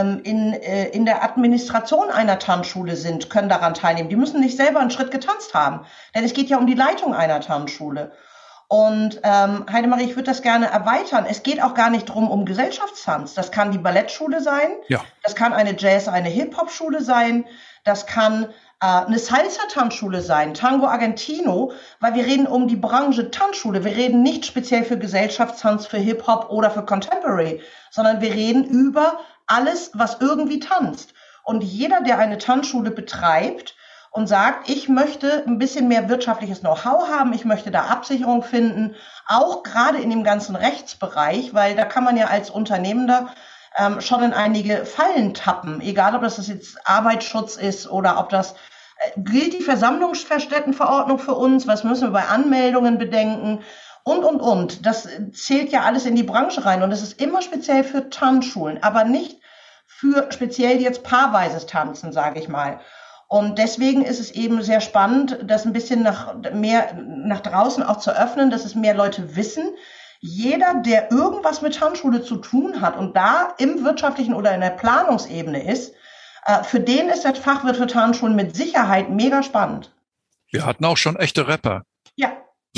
in der Administration einer Tanzschule sind, können daran teilnehmen. Die müssen nicht selber einen Schritt getanzt haben, denn es geht ja um die Leitung einer Tanzschule. Und Heidemarie, ich würde das gerne erweitern. Es geht auch gar nicht drum um Gesellschaftstanz. Das kann die Ballettschule sein, ja. Das kann eine eine Hip-Hop-Schule sein, das kann eine Salsa-Tanzschule sein, Tango Argentino, weil wir reden um die Branche Tanzschule. Wir reden nicht speziell für Gesellschaftstanz, für Hip-Hop oder für Contemporary, sondern wir reden über alles, was irgendwie tanzt. Und jeder, der eine Tanzschule betreibt und sagt, ich möchte ein bisschen mehr wirtschaftliches Know-how haben, ich möchte da Absicherung finden, auch gerade in dem ganzen Rechtsbereich, weil da kann man ja als Unternehmender schon in einige Fallen tappen, egal ob das jetzt Arbeitsschutz ist oder ob das gilt die Versammlungsstättenverordnung für uns, was müssen wir bei Anmeldungen bedenken und. Das zählt ja alles in die Branche rein und es ist immer speziell für Tanzschulen, aber nicht für speziell jetzt paarweises Tanzen, sage ich mal. Und deswegen ist es eben sehr spannend, das ein bisschen mehr nach draußen auch zu öffnen, dass es mehr Leute wissen. Jeder, der irgendwas mit Tanzschule zu tun hat und da im wirtschaftlichen oder in der Planungsebene ist, für den ist der Fachwirt für Tanzschulen mit Sicherheit mega spannend. Wir hatten auch schon echte Rapper. Ja.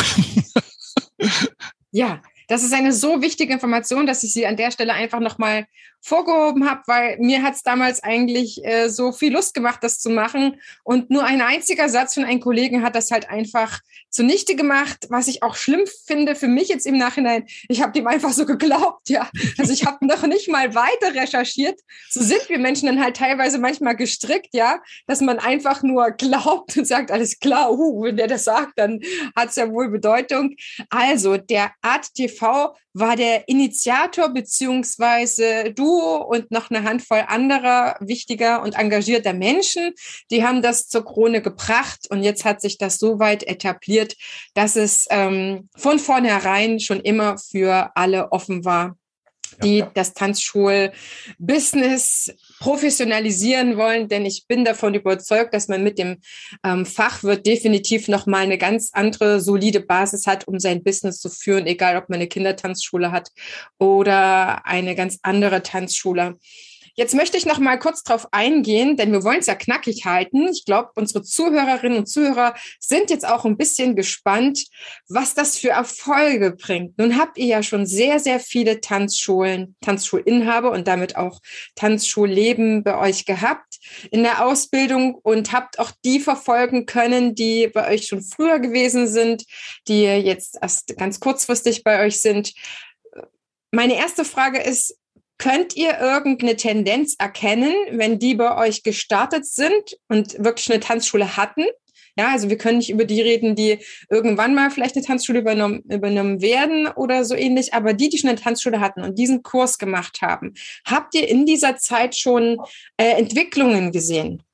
Ja, das ist eine so wichtige Information, dass ich sie an der Stelle einfach nochmal vorgehoben habe, weil mir hat es damals eigentlich so viel Lust gemacht, das zu machen. Und nur ein einziger Satz von einem Kollegen hat das halt einfach zunichte gemacht, was ich auch schlimm finde für mich jetzt im Nachhinein. Ich habe dem einfach so geglaubt, ja. Also ich habe noch nicht mal weiter recherchiert. So sind wir Menschen dann halt teilweise manchmal gestrickt, ja, dass man einfach nur glaubt und sagt, alles klar, wenn der das sagt, dann hat es ja wohl Bedeutung. Also der ADTV war der Initiator beziehungsweise du und noch eine Handvoll anderer wichtiger und engagierter Menschen, die haben das zur Krone gebracht und jetzt hat sich das so weit etabliert, dass es von vornherein schon immer für alle offen war, die das Tanzschul-Business professionalisieren wollen, denn ich bin davon überzeugt, dass man mit dem Fachwirt definitiv nochmal eine ganz andere, solide Basis hat, um sein Business zu führen, egal ob man eine Kindertanzschule hat oder eine ganz andere Tanzschule. Jetzt möchte ich noch mal kurz drauf eingehen, denn wir wollen es ja knackig halten. Ich glaube, unsere Zuhörerinnen und Zuhörer sind jetzt auch ein bisschen gespannt, was das für Erfolge bringt. Nun habt ihr ja schon sehr, sehr viele Tanzschulinhaber und damit auch Tanzschulleben bei euch gehabt in der Ausbildung und habt auch die verfolgen können, die bei euch schon früher gewesen sind, die jetzt erst ganz kurzfristig bei euch sind. Meine erste Frage ist, könnt ihr irgendeine Tendenz erkennen, wenn die bei euch gestartet sind und wirklich eine Tanzschule hatten? Ja, also wir können nicht über die reden, die irgendwann mal vielleicht eine Tanzschule übernommen werden oder so ähnlich, aber die schon eine Tanzschule hatten und diesen Kurs gemacht haben, habt ihr in dieser Zeit schon Entwicklungen gesehen?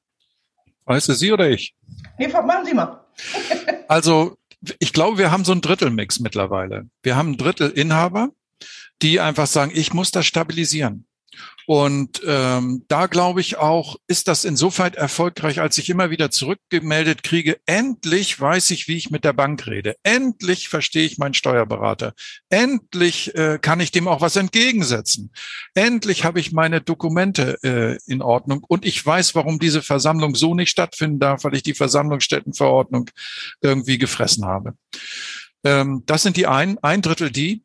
Weißt du, Sie oder ich? Nee, machen Sie mal. Also ich glaube, wir haben so einen Drittelmix mittlerweile. Wir haben ein Drittel Inhaber, die einfach sagen, ich muss das stabilisieren. Und da glaube ich auch, ist das insofern erfolgreich, als ich immer wieder zurückgemeldet kriege, endlich weiß ich, wie ich mit der Bank rede. Endlich verstehe ich meinen Steuerberater. Endlich kann ich dem auch was entgegensetzen. Endlich habe ich meine Dokumente in Ordnung. Und ich weiß, warum diese Versammlung so nicht stattfinden darf, weil ich die Versammlungsstättenverordnung irgendwie gefressen habe. Das sind die ein Drittel die.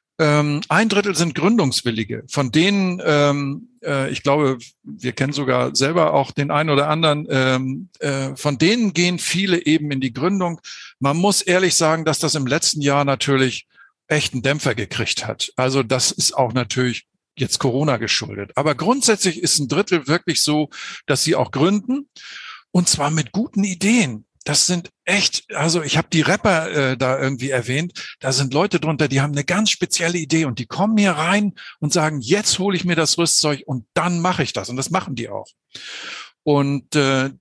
Ein Drittel sind Gründungswillige. Von denen, ich glaube, wir kennen sogar selber auch den einen oder anderen, von denen gehen viele eben in die Gründung. Man muss ehrlich sagen, dass das im letzten Jahr natürlich echt einen Dämpfer gekriegt hat. Also das ist auch natürlich jetzt Corona geschuldet. Aber grundsätzlich ist ein Drittel wirklich so, dass sie auch gründen, und zwar mit guten Ideen. Das sind echt, also ich habe die Rapper da irgendwie erwähnt, da sind Leute drunter, die haben eine ganz spezielle Idee und die kommen hier rein und sagen, jetzt hole ich mir das Rüstzeug und dann mache ich das. Und das machen die auch. Und das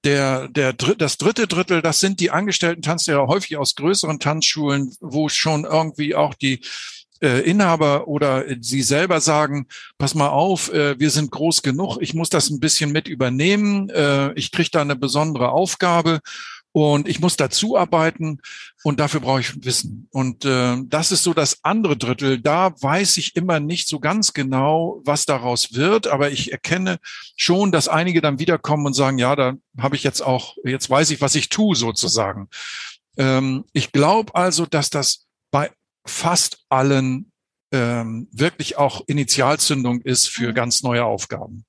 dritte Drittel, das sind die angestellten Tanzlehrer, häufig aus größeren Tanzschulen, wo schon irgendwie auch die Inhaber oder sie selber sagen, pass mal auf, wir sind groß genug, ich muss das ein bisschen mit übernehmen, ich kriege da eine besondere Aufgabe. Und ich muss dazu arbeiten und dafür brauche ich Wissen. Und das ist so das andere Drittel. Da weiß ich immer nicht so ganz genau, was daraus wird. Aber ich erkenne schon, dass einige dann wiederkommen und sagen, ja, da habe ich jetzt weiß ich, was ich tue sozusagen. Ich glaube also, dass das bei fast allen wirklich auch Initialzündung ist für ganz neue Aufgaben.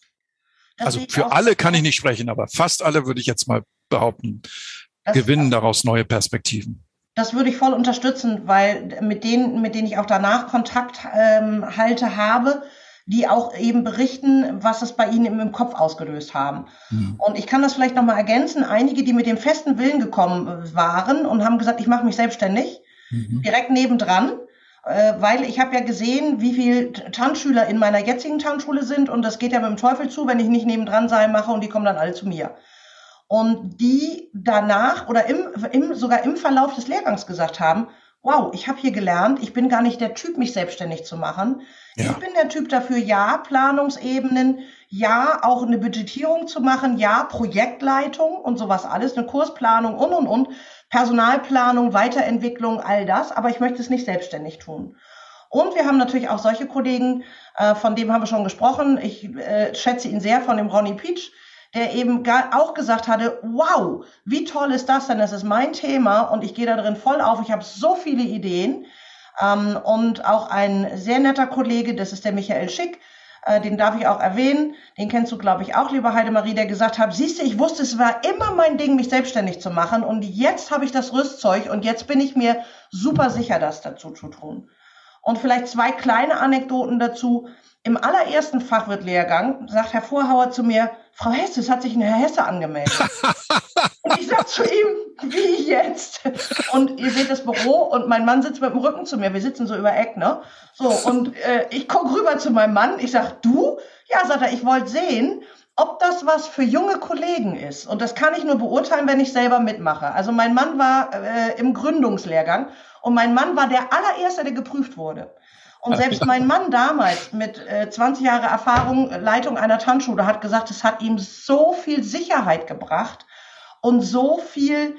Also für alle kann ich nicht sprechen, aber fast alle würde ich jetzt mal behaupten, gewinnen daraus neue Perspektiven. Das würde ich voll unterstützen, weil mit denen ich auch danach Kontakt habe, die auch eben berichten, was es bei ihnen im Kopf ausgelöst haben. Und ich kann das vielleicht nochmal ergänzen. Einige, die mit dem festen Willen gekommen waren und haben gesagt, ich mache mich selbstständig, direkt nebendran, weil ich habe ja gesehen, wie viel Tanzschüler in meiner jetzigen Tanzschule sind, und das geht ja mit dem Teufel zu, wenn ich nicht nebendran sein mache, und die kommen dann alle zu mir. Und die danach oder sogar im Verlauf des Lehrgangs gesagt haben, wow, ich habe hier gelernt, ich bin gar nicht der Typ, mich selbstständig zu machen. Ja. Ich bin der Typ dafür, ja, Planungsebenen, ja, auch eine Budgetierung zu machen, ja, Projektleitung und sowas alles, eine Kursplanung und, Personalplanung, Weiterentwicklung, all das, aber ich möchte es nicht selbstständig tun. Und wir haben natürlich auch solche Kollegen, von dem haben wir schon gesprochen, ich schätze ihn sehr, von dem Ronny Pietsch, der eben auch gesagt hatte, wow, wie toll ist das denn, das ist mein Thema und ich gehe da drin voll auf, ich habe so viele Ideen. Und auch ein sehr netter Kollege, das ist der Michael Schick, den darf ich auch erwähnen, den kennst du, glaube ich, auch, liebe Heidemarie, der gesagt hat, siehst du, ich wusste, es war immer mein Ding, mich selbstständig zu machen, und jetzt habe ich das Rüstzeug und jetzt bin ich mir super sicher, das dazu zu tun. Und vielleicht 2 kleine Anekdoten dazu. Im allerersten Fachwirt-Lehrgang sagt Herr Vorhauer zu mir, Frau Hesse, es hat sich ein Herr Hesse angemeldet. Und ich sag zu ihm, wie jetzt? Und ihr seht das Büro und mein Mann sitzt mit dem Rücken zu mir. Wir sitzen so über Eck, ne? So, und ich gucke rüber zu meinem Mann. Ich sag, du? Ja, sagt er, ich wollte sehen, ob das was für junge Kollegen ist. Und das kann ich nur beurteilen, wenn ich selber mitmache. Also mein Mann war im Gründungslehrgang und mein Mann war der allererste, der geprüft wurde. Und selbst mein Mann damals mit 20 Jahre Erfahrung, Leitung einer Tanzschule, hat gesagt, es hat ihm so viel Sicherheit gebracht und so viel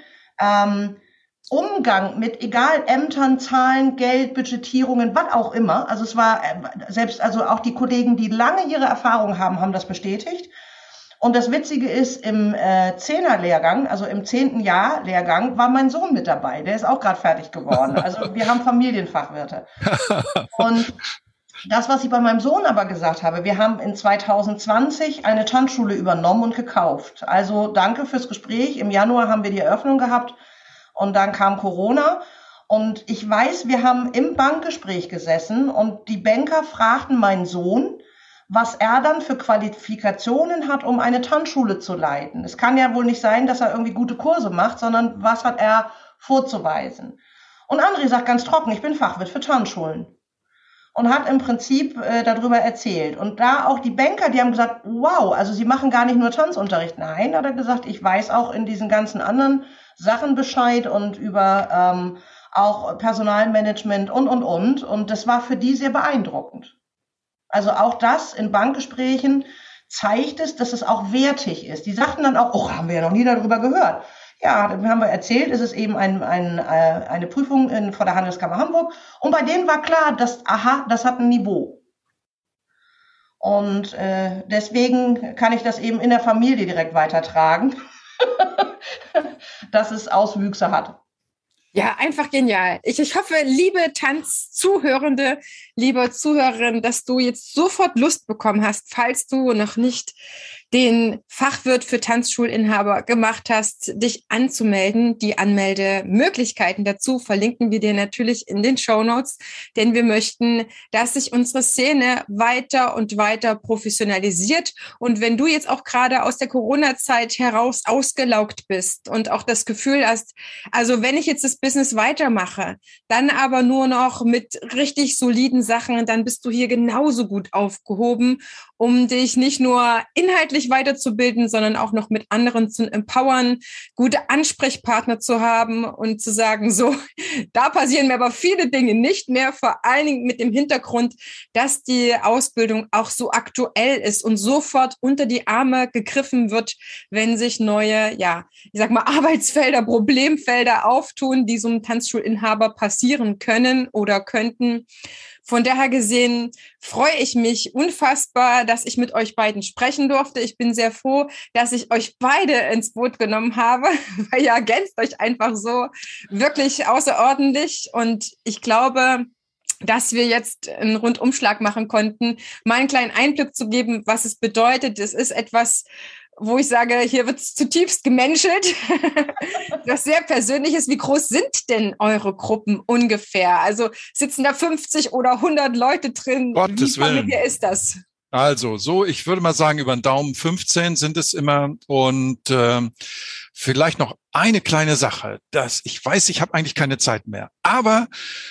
Umgang mit, egal, Ämtern, Zahlen, Geld, Budgetierungen, was auch immer. Also es war selbst, also auch die Kollegen, die lange ihre Erfahrung haben, haben das bestätigt. Und das Witzige ist, im 10er-Lehrgang, also im 10. Jahr-Lehrgang, war mein Sohn mit dabei. Der ist auch gerade fertig geworden. Also wir haben Familienfachwirte. Und das, was ich bei meinem Sohn aber gesagt habe, wir haben in 2020 eine Tanzschule übernommen und gekauft. Also danke fürs Gespräch. Im Januar haben wir die Eröffnung gehabt und dann kam Corona. Und ich weiß, wir haben im Bankgespräch gesessen und die Banker fragten meinen Sohn, was er dann für Qualifikationen hat, um eine Tanzschule zu leiten. Es kann ja wohl nicht sein, dass er irgendwie gute Kurse macht, sondern was hat er vorzuweisen? Und André sagt ganz trocken, ich bin Fachwirt für Tanzschulen. Und hat im Prinzip darüber erzählt. Und da auch die Banker, die haben gesagt, wow, also sie machen gar nicht nur Tanzunterricht. Nein, hat er gesagt, ich weiß auch in diesen ganzen anderen Sachen Bescheid und über auch Personalmanagement und. Und das war für die sehr beeindruckend. Also auch das in Bankgesprächen zeigt es, dass es auch wertig ist. Die sagten dann auch, oh, haben wir ja noch nie darüber gehört. Ja, dann haben wir erzählt, es ist eben eine Prüfung vor der Handelskammer Hamburg. Und bei denen war klar, das hat ein Niveau. Und deswegen kann ich das eben in der Familie direkt weitertragen, dass es Auswüchse hat. Ja, einfach genial. Ich hoffe, liebe Tanzzuhörende, liebe Zuhörerin, dass du jetzt sofort Lust bekommen hast, falls du noch nicht den Fachwirt für Tanzschulinhaber gemacht hast, dich anzumelden. Die Anmeldemöglichkeiten dazu verlinken wir dir natürlich in den Shownotes, denn wir möchten, dass sich unsere Szene weiter und weiter professionalisiert. Und wenn du jetzt auch gerade aus der Corona-Zeit heraus ausgelaugt bist und auch das Gefühl hast, also wenn ich jetzt das Business weitermache, dann aber nur noch mit richtig soliden Sachen, dann bist du hier genauso gut aufgehoben, um dich nicht nur inhaltlich weiterzubilden, sondern auch noch mit anderen zu empowern, gute Ansprechpartner zu haben und zu sagen, so, da passieren mir aber viele Dinge nicht mehr, vor allen Dingen mit dem Hintergrund, dass die Ausbildung auch so aktuell ist und sofort unter die Arme gegriffen wird, wenn sich neue, ich sag mal, Arbeitsfelder, Problemfelder auftun, die so einem Tanzschulinhaber passieren können oder könnten. Von daher gesehen freue ich mich unfassbar, dass ich mit euch beiden sprechen durfte. Ich bin sehr froh, dass ich euch beide ins Boot genommen habe, weil ihr ergänzt euch einfach so wirklich außerordentlich. Und ich glaube, dass wir jetzt einen Rundumschlag machen konnten, mal einen kleinen Einblick zu geben, was es bedeutet. Es ist etwas, wo ich sage, hier wird es zutiefst gemenschelt. Das sehr persönlich ist. Wie groß sind denn eure Gruppen ungefähr? Also sitzen da 50 oder 100 Leute drin? Gottes Wie familiär ist das? Also so, ich würde mal sagen, über den Daumen 15 sind es immer. Und vielleicht noch eine kleine Sache. Ich weiß, ich habe eigentlich keine Zeit mehr. Aber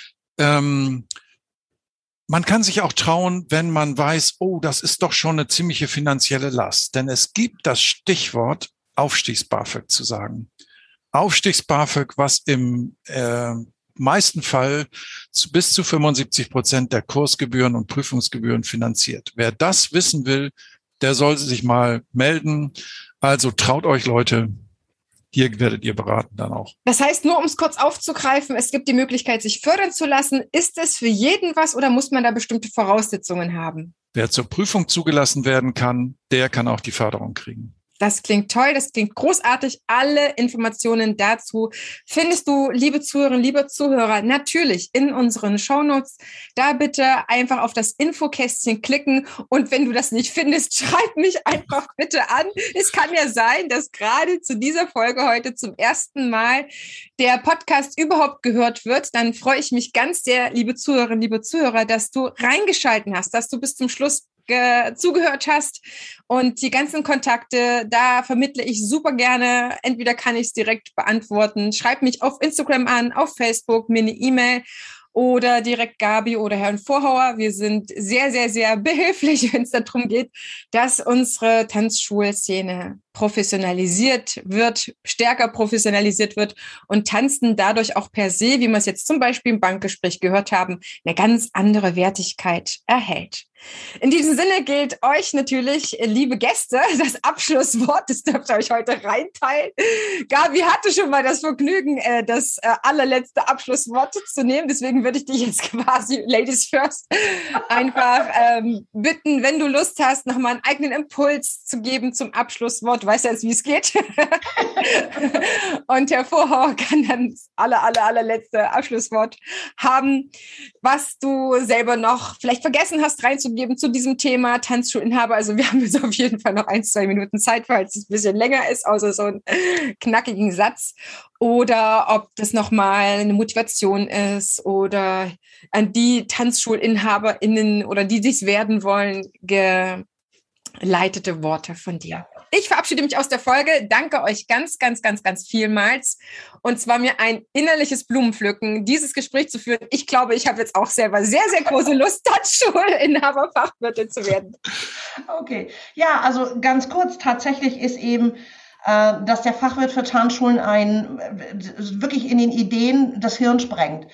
man kann sich auch trauen, wenn man weiß, oh, das ist doch schon eine ziemliche finanzielle Last. Denn es gibt das Stichwort Aufstiegs-BAföG zu sagen. Aufstiegs-BAföG, was im meisten Fall bis zu 75% der Kursgebühren und Prüfungsgebühren finanziert. Wer das wissen will, der soll sich mal melden. Also traut euch, Leute. Hier werdet ihr beraten dann auch. Das heißt, nur um es kurz aufzugreifen, es gibt die Möglichkeit, sich fördern zu lassen. Ist es für jeden was oder muss man da bestimmte Voraussetzungen haben? Wer zur Prüfung zugelassen werden kann, der kann auch die Förderung kriegen. Das klingt toll, das klingt großartig. Alle Informationen dazu findest du, liebe Zuhörerinnen, liebe Zuhörer, natürlich in unseren Shownotes. Da bitte einfach auf das Infokästchen klicken und wenn du das nicht findest, schreib mich einfach bitte an. Es kann ja sein, dass gerade zu dieser Folge heute zum ersten Mal der Podcast überhaupt gehört wird. Dann freue ich mich ganz sehr, liebe Zuhörerinnen, liebe Zuhörer, dass du reingeschalten hast, dass du bis zum Schluss zugehört hast und die ganzen Kontakte, da vermittle ich super gerne. Entweder kann ich es direkt beantworten, schreib mich auf Instagram an, auf Facebook, mir eine E-Mail oder direkt Gabi oder Herrn Vorhauer. Wir sind sehr, sehr, sehr behilflich, wenn es darum geht, dass unsere Tanzschulszene professionalisiert wird, stärker professionalisiert wird und Tanzen dadurch auch per se, wie wir es jetzt zum Beispiel im Bankgespräch gehört haben, eine ganz andere Wertigkeit erhält. In diesem Sinne gilt euch natürlich, liebe Gäste, das Abschlusswort, das dürft ihr euch heute reinteilen. Gabi hatte schon mal das Vergnügen, das allerletzte Abschlusswort zu nehmen. Deswegen würde ich dich jetzt quasi, Ladies first, einfach bitten, wenn du Lust hast, nochmal einen eigenen Impuls zu geben zum Abschlusswort. Du weißt ja jetzt, wie es geht. Und Herr Vorhauer kann dann das allerletzte Abschlusswort haben, was du selber noch vielleicht vergessen hast reinzugeben zu diesem Thema Tanzschulinhaber. Also wir haben jetzt auf jeden Fall noch 1-2 Minuten Zeit, falls es ein bisschen länger ist, außer so einen knackigen Satz. Oder ob das nochmal eine Motivation ist oder an die TanzschulinhaberInnen oder die dies werden wollen, geleitete Worte von dir. Ich verabschiede mich aus der Folge. Danke euch ganz, ganz, ganz, ganz vielmals. Und es war mir ein innerliches Blumenpflücken, dieses Gespräch zu führen. Ich glaube, ich habe jetzt auch selber sehr, sehr große Lust, Tanzschulinhaber-Fachwirtin zu werden. Okay. Ja, also ganz kurz, tatsächlich ist eben, dass der Fachwirt für Tanzschulen wirklich in den Ideen das Hirn sprengt.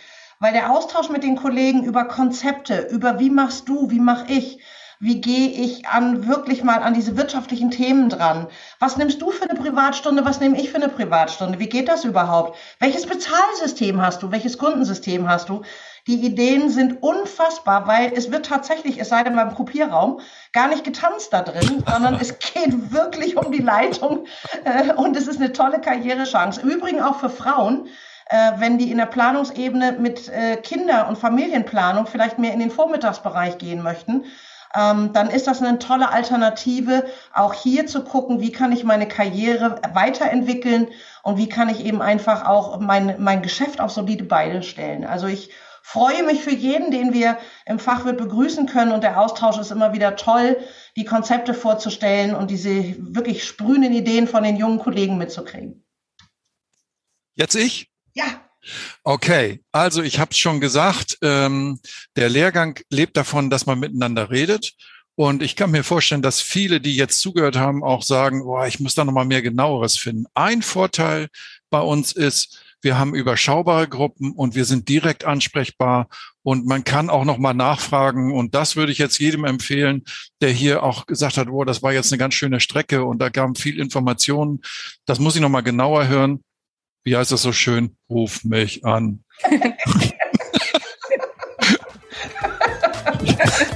weil der Austausch mit den Kollegen über Konzepte, über wie machst du, wie mache ich, wie gehe ich wirklich mal an diese wirtschaftlichen Themen dran? Was nimmst du für eine Privatstunde? Was nehme ich für eine Privatstunde? Wie geht das überhaupt? Welches Bezahlsystem hast du? Welches Kundensystem hast du? Die Ideen sind unfassbar, weil es wird tatsächlich, es sei denn beim Kopierraum, gar nicht getanzt da drin, sondern es geht wirklich um die Leitung und es ist eine tolle Karrierechance. Im Übrigen auch für Frauen, wenn die in der Planungsebene mit Kinder- und Familienplanung vielleicht mehr in den Vormittagsbereich gehen möchten, dann ist das eine tolle Alternative, auch hier zu gucken, wie kann ich meine Karriere weiterentwickeln und wie kann ich eben einfach auch mein Geschäft auf solide Beine stellen. Also ich freue mich für jeden, den wir im Fachwirt begrüßen können und der Austausch ist immer wieder toll, die Konzepte vorzustellen und diese wirklich sprühenden Ideen von den jungen Kollegen mitzukriegen. Jetzt ich? Ja. Okay, also ich habe es schon gesagt, der Lehrgang lebt davon, dass man miteinander redet. Und ich kann mir vorstellen, dass viele, die jetzt zugehört haben, auch sagen, boah, ich muss da nochmal mehr Genaueres finden. Ein Vorteil bei uns ist, wir haben überschaubare Gruppen und wir sind direkt ansprechbar und man kann auch nochmal nachfragen. Und das würde ich jetzt jedem empfehlen, der hier auch gesagt hat, boah, das war jetzt eine ganz schöne Strecke und da gaben viel Informationen. Das muss ich nochmal genauer hören. Wie heißt das so schön? Ruf mich an.